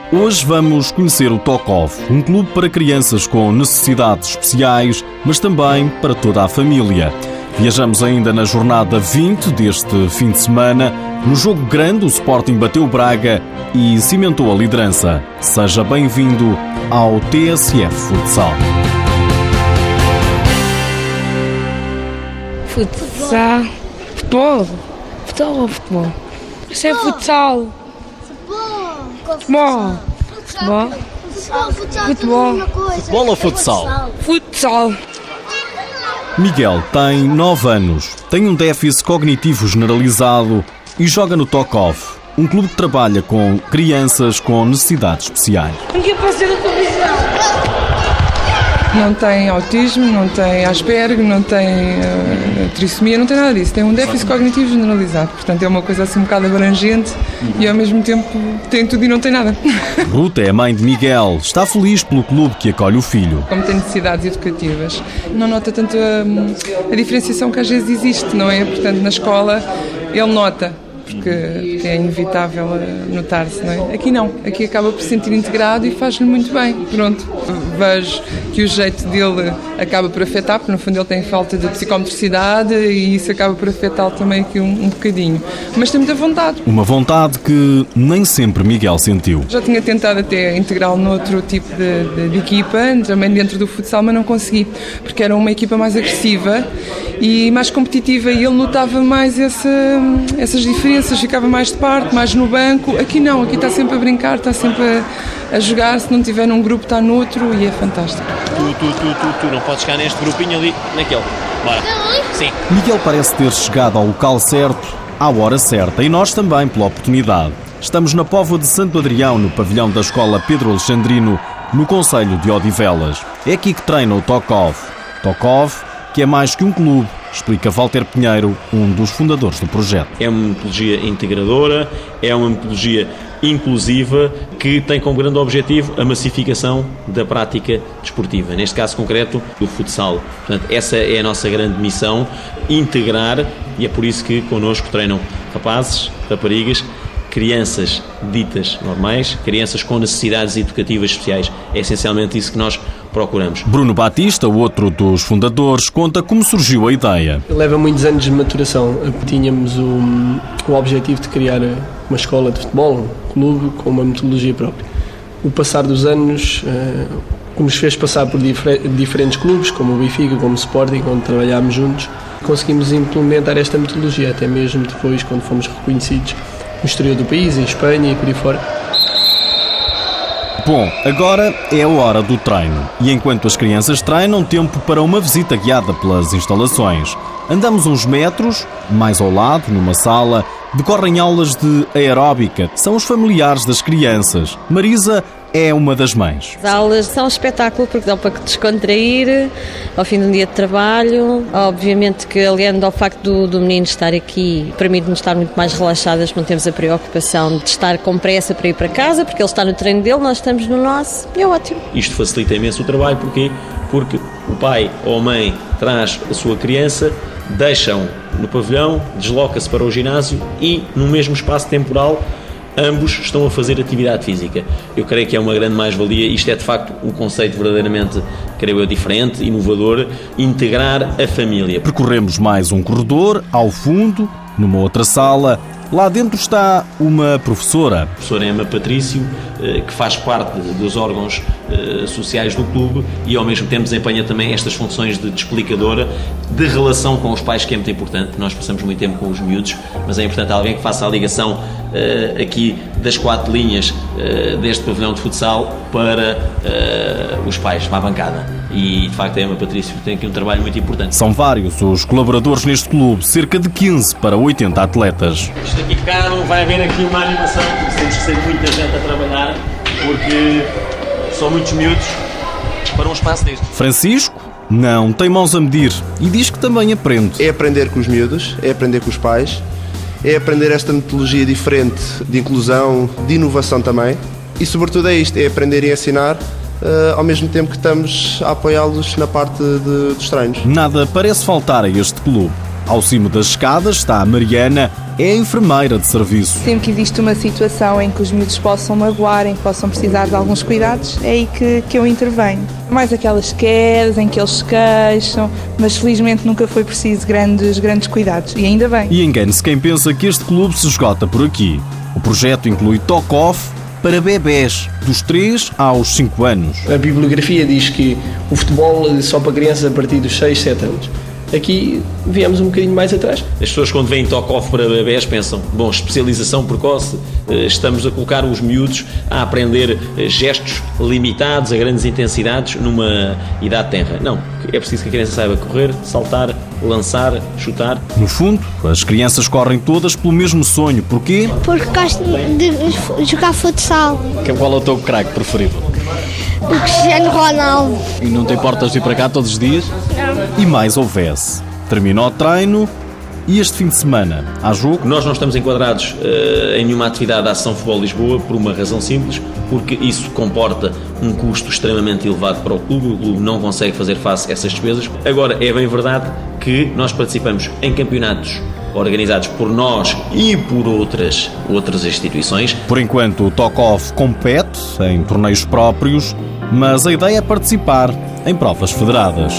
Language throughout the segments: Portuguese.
Hoje vamos conhecer o Tokov, um clube para crianças com necessidades especiais, mas também para toda a família. Viajamos ainda na jornada 20 deste fim de semana. No jogo grande, o Sporting bateu o Braga e cimentou a liderança. Seja bem-vindo ao TSF Futsal. Futsal. Futebol. Futebol ou futebol? Isso é futsal. Futebol. Futebol. Futebol. Futebol ou futsal? Futsal. Miguel tem 9 anos, tem um déficit cognitivo generalizado e joga no Tokov, um clube que trabalha com crianças com necessidades especiais. O que pode ser da televisão? Não tem autismo, não tem Asperger, não tem trissomia, não tem nada disso. Tem um déficit cognitivo generalizado. Portanto, é uma coisa assim um bocado abrangente e ao mesmo tempo tem tudo e não tem nada. Ruta é a mãe de Miguel. Está feliz pelo clube que acolhe o filho. Como tem necessidades educativas, não nota tanto a diferenciação que às vezes existe, não é? Portanto, na escola ele nota, porque é inevitável notar-se, não é? Aqui não, aqui acaba por se sentir integrado e faz-lhe muito bem. Pronto, vejo que o jeito dele acaba por afetar, porque no fundo ele tem falta de psicomotricidade e isso acaba por afetá-lo também aqui um bocadinho. Mas tem muita vontade. Uma vontade que nem sempre Miguel sentiu. Já tinha tentado até integrá-lo noutro tipo de equipa, também dentro do futsal, mas não consegui, porque era uma equipa mais agressiva e mais competitiva e ele notava mais essas diferenças, ficava mais de parte, mais no banco. Aqui não, aqui está sempre a brincar, está sempre a jogar, se não estiver num grupo está noutro e é fantástico. Tu não podes ficar neste grupinho ali, naquele. Bora. Sim. Miguel parece ter chegado ao local certo, à hora certa, e nós também pela oportunidade. Estamos na Póvoa de Santo Adrião, no pavilhão da Escola Pedro Alexandrino, no concelho de Odivelas. É aqui que treina o Tokov. Tokov, que é mais que um clube, explica Walter Pinheiro, um dos fundadores do projeto. É uma metodologia integradora, é uma metodologia inclusiva que tem como grande objetivo a massificação da prática desportiva, neste caso concreto do futsal. Portanto, essa é a nossa grande missão, integrar, e é por isso que connosco treinam rapazes, raparigas, crianças ditas normais, crianças com necessidades educativas especiais. É essencialmente isso que nós procuramos. Bruno Batista, o outro dos fundadores, conta como surgiu a ideia. Leva muitos anos de maturação. Tínhamos o objetivo de criar uma escola de futebol, um clube com uma metodologia própria. O passar dos anos nos fez passar por diferentes clubes, como o Benfica, como o Sporting, onde trabalhámos juntos. Conseguimos implementar esta metodologia, até mesmo depois, quando fomos reconhecidos no exterior do país, em Espanha e por aí fora. Bom, agora é a hora do treino. E enquanto as crianças treinam, tempo para uma visita guiada pelas instalações. Andamos uns metros, mais ao lado, numa sala, decorrem aulas de aeróbica. São os familiares das crianças. Marisa é uma das mães. As aulas são um espetáculo porque dão para descontrair ao fim de um dia de trabalho. Obviamente que, aliando ao facto do menino estar aqui, permite-nos estar muito mais relaxadas, não temos a preocupação de estar com pressa para ir para casa, porque ele está no treino dele, nós estamos no nosso, e é ótimo. Isto facilita imenso o trabalho, porquê? Porque o pai ou a mãe traz a sua criança, deixam no pavilhão, desloca-se para o ginásio e, no mesmo espaço temporal, ambos estão a fazer atividade física. Eu creio que é uma grande mais-valia. Isto é, de facto, um conceito verdadeiramente, creio eu, diferente, inovador, integrar a família. Percorremos mais um corredor, ao fundo, numa outra sala. Lá dentro está uma professora. A professora Emma Patrício, que faz parte dos órgãos sociais do clube e ao mesmo tempo desempenha também estas funções de explicadora, de relação com os pais, que é muito importante. Nós passamos muito tempo com os miúdos, mas é importante alguém que faça a ligação aqui das 4 linhas deste pavilhão de futsal para os pais, para a bancada. E de facto a Emma Patrício tem aqui um trabalho muito importante. São vários os colaboradores neste clube, cerca de 15 para 80 atletas. Isto aqui, cara, não vai haver aqui uma animação, temos que ser muita gente a trabalhar, porque são muitos miúdos para um espaço deste. Francisco não tem mãos a medir e diz que também aprende. É aprender com os miúdos, é aprender com os pais, é aprender esta metodologia diferente de inclusão, de inovação também, e sobretudo é isto, é aprender e ensinar, ao mesmo tempo que estamos a apoiá-los na parte dos treinos. Nada parece faltar a este clube. Ao cimo das escadas está a Mariana, é a enfermeira de serviço. Sempre que existe uma situação em que os miúdos possam magoar, em que possam precisar de alguns cuidados, é aí que eu intervenho. Mais aquelas quedas em que eles se queixam, mas felizmente nunca foi preciso grandes cuidados, e ainda bem. E engane-se quem pensa que este clube se esgota por aqui. O projeto inclui talk-off para bebés, dos 3 aos 5 anos. A bibliografia diz que o futebol é só para crianças a partir dos 6, 7 anos. Aqui viemos um bocadinho mais atrás. As pessoas quando veem talk-off para bebés pensam, bom, especialização precoce, estamos a colocar os miúdos a aprender gestos limitados a grandes intensidades numa idade tenra. Não, é preciso que a criança saiba correr, saltar, lançar, chutar. No fundo, as crianças correm todas pelo mesmo sonho. Porquê? Porque gosto de jogar futsal. Qual é o teu craque preferido? O Cristiano Ronaldo. E não te importas de ir para cá todos os dias? Não. E mais houvesse. Termina o treino e este fim de semana há jogo? Nós não estamos enquadrados em nenhuma atividade da Associação Futebol Lisboa por uma razão simples, porque isso comporta um custo extremamente elevado para o clube não consegue fazer face a essas despesas. Agora, é bem verdade que nós participamos em campeonatos organizados por nós e por outras instituições. Por enquanto, o talk-off compete em torneios próprios, mas a ideia é participar em provas federadas.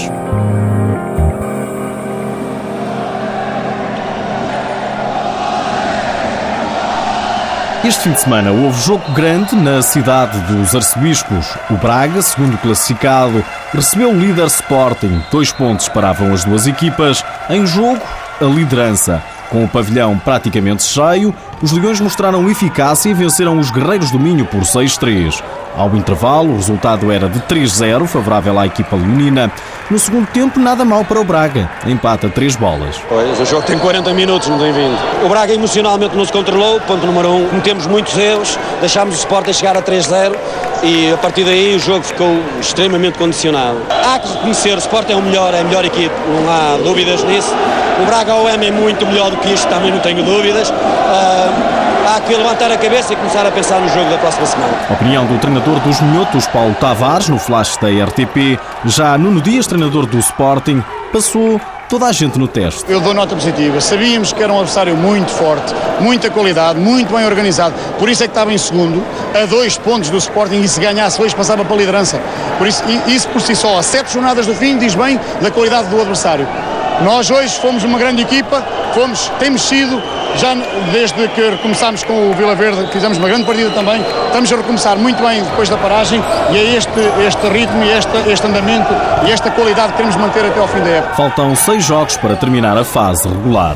Este fim de semana houve jogo grande na cidade dos Arcebispos. O Braga, segundo classificado, recebeu o líder Sporting. 2 pontos paravam as duas equipas. Em jogo, a liderança. Com o pavilhão praticamente cheio, os Leões mostraram eficácia e venceram os Guerreiros do Minho por 6-3. Ao intervalo, o resultado era de 3-0, favorável à equipa leonina. No segundo tempo, nada mal para o Braga. Empata 3 bolas. Pois, o jogo tem 40 minutos, não tem vindo. O Braga emocionalmente não se controlou, ponto número 1. Cometemos muitos erros, deixámos o Sporting chegar a 3-0 e a partir daí o jogo ficou extremamente condicionado. Há que reconhecer, o Sporting é a melhor equipe, não há dúvidas nisso. O Braga OM é muito melhor do que isto, também não tenho dúvidas. Há que levantar a cabeça e começar a pensar no jogo da próxima semana. A opinião do treinador dos Minhotos, Paulo Tavares, no flash da RTP. Já Nuno Dias, treinador do Sporting, passou toda a gente no teste. Eu dou nota positiva. Sabíamos que era um adversário muito forte, muita qualidade, muito bem organizado. Por isso é que estava em segundo, a 2 pontos do Sporting, e se ganhasse hoje passava para a liderança. Por isso por si só, a 7 jornadas do fim, diz bem da qualidade do adversário. Nós hoje fomos uma grande equipa, temos sido, já desde que recomeçámos com o Vila Verde, fizemos uma grande partida também, estamos a recomeçar muito bem depois da paragem, e é este ritmo e este andamento e esta qualidade que queremos manter até ao fim da época. Faltam 6 jogos para terminar a fase regular.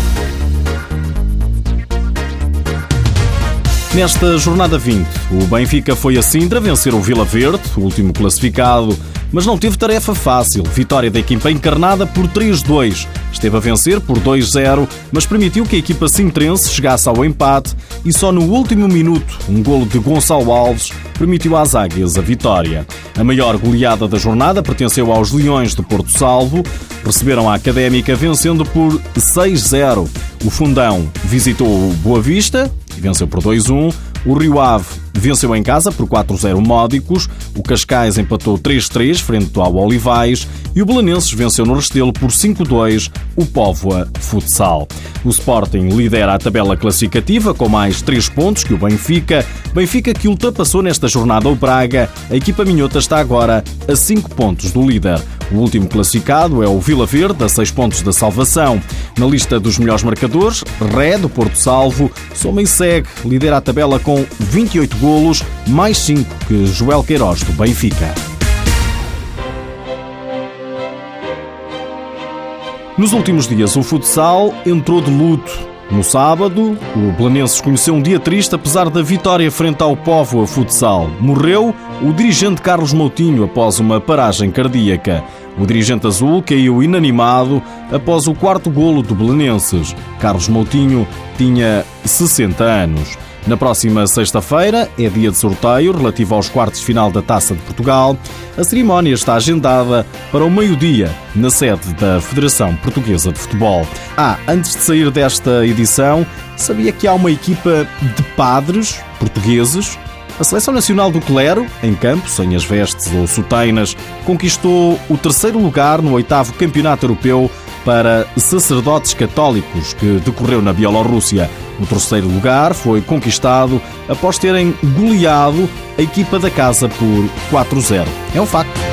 Nesta jornada 20, o Benfica foi a Sintra vencer o Vila Verde, o último classificado, mas não teve tarefa fácil. Vitória da equipa encarnada por 3-2. Esteve a vencer por 2-0, mas permitiu que a equipa sintrense chegasse ao empate e só no último minuto um golo de Gonçalo Alves permitiu às Águias a vitória. A maior goleada da jornada pertenceu aos Leões de Porto Salvo. Receberam a Académica vencendo por 6-0. O Fundão visitou o Boa Vista e venceu por 2-1. O Rio Ave venceu em casa por 4-0 Módicos. O Cascais empatou 3-3 frente ao Olivais. E o Belenenses venceu no Restelo por 5-2 o Póvoa Futsal. O Sporting lidera a tabela classificativa com mais 3 pontos que o Benfica. Benfica que ultrapassou nesta jornada o Braga. A equipa minhota está agora a 5 pontos do líder. O último classificado é o Vila Verde, a 6 pontos da salvação. Na lista dos melhores marcadores, Ré, do Porto Salvo, soma e segue. Lidera a tabela com 28 golos, mais 5 que Joel Queiroz, do Benfica. Nos últimos dias, o futsal entrou de luto. No sábado, o Belenenses conheceu um dia triste apesar da vitória frente ao Póvoa Futsal. Morreu o dirigente Carlos Moutinho após uma paragem cardíaca. O dirigente azul caiu inanimado após o 4º golo do Belenenses. Carlos Moutinho tinha 60 anos. Na próxima sexta-feira é dia de sorteio relativo aos quartos de final da Taça de Portugal. A cerimónia está agendada para o meio-dia, na sede da Federação Portuguesa de Futebol. Antes de sair desta edição, sabia que há uma equipa de padres portugueses? A Seleção Nacional do Clero, em campo, sem as vestes ou sutainas, conquistou o 3º lugar no 8º Campeonato Europeu para sacerdotes católicos, que decorreu na Bielorrússia. O terceiro lugar foi conquistado após terem goleado a equipa da casa por 4-0. É um facto.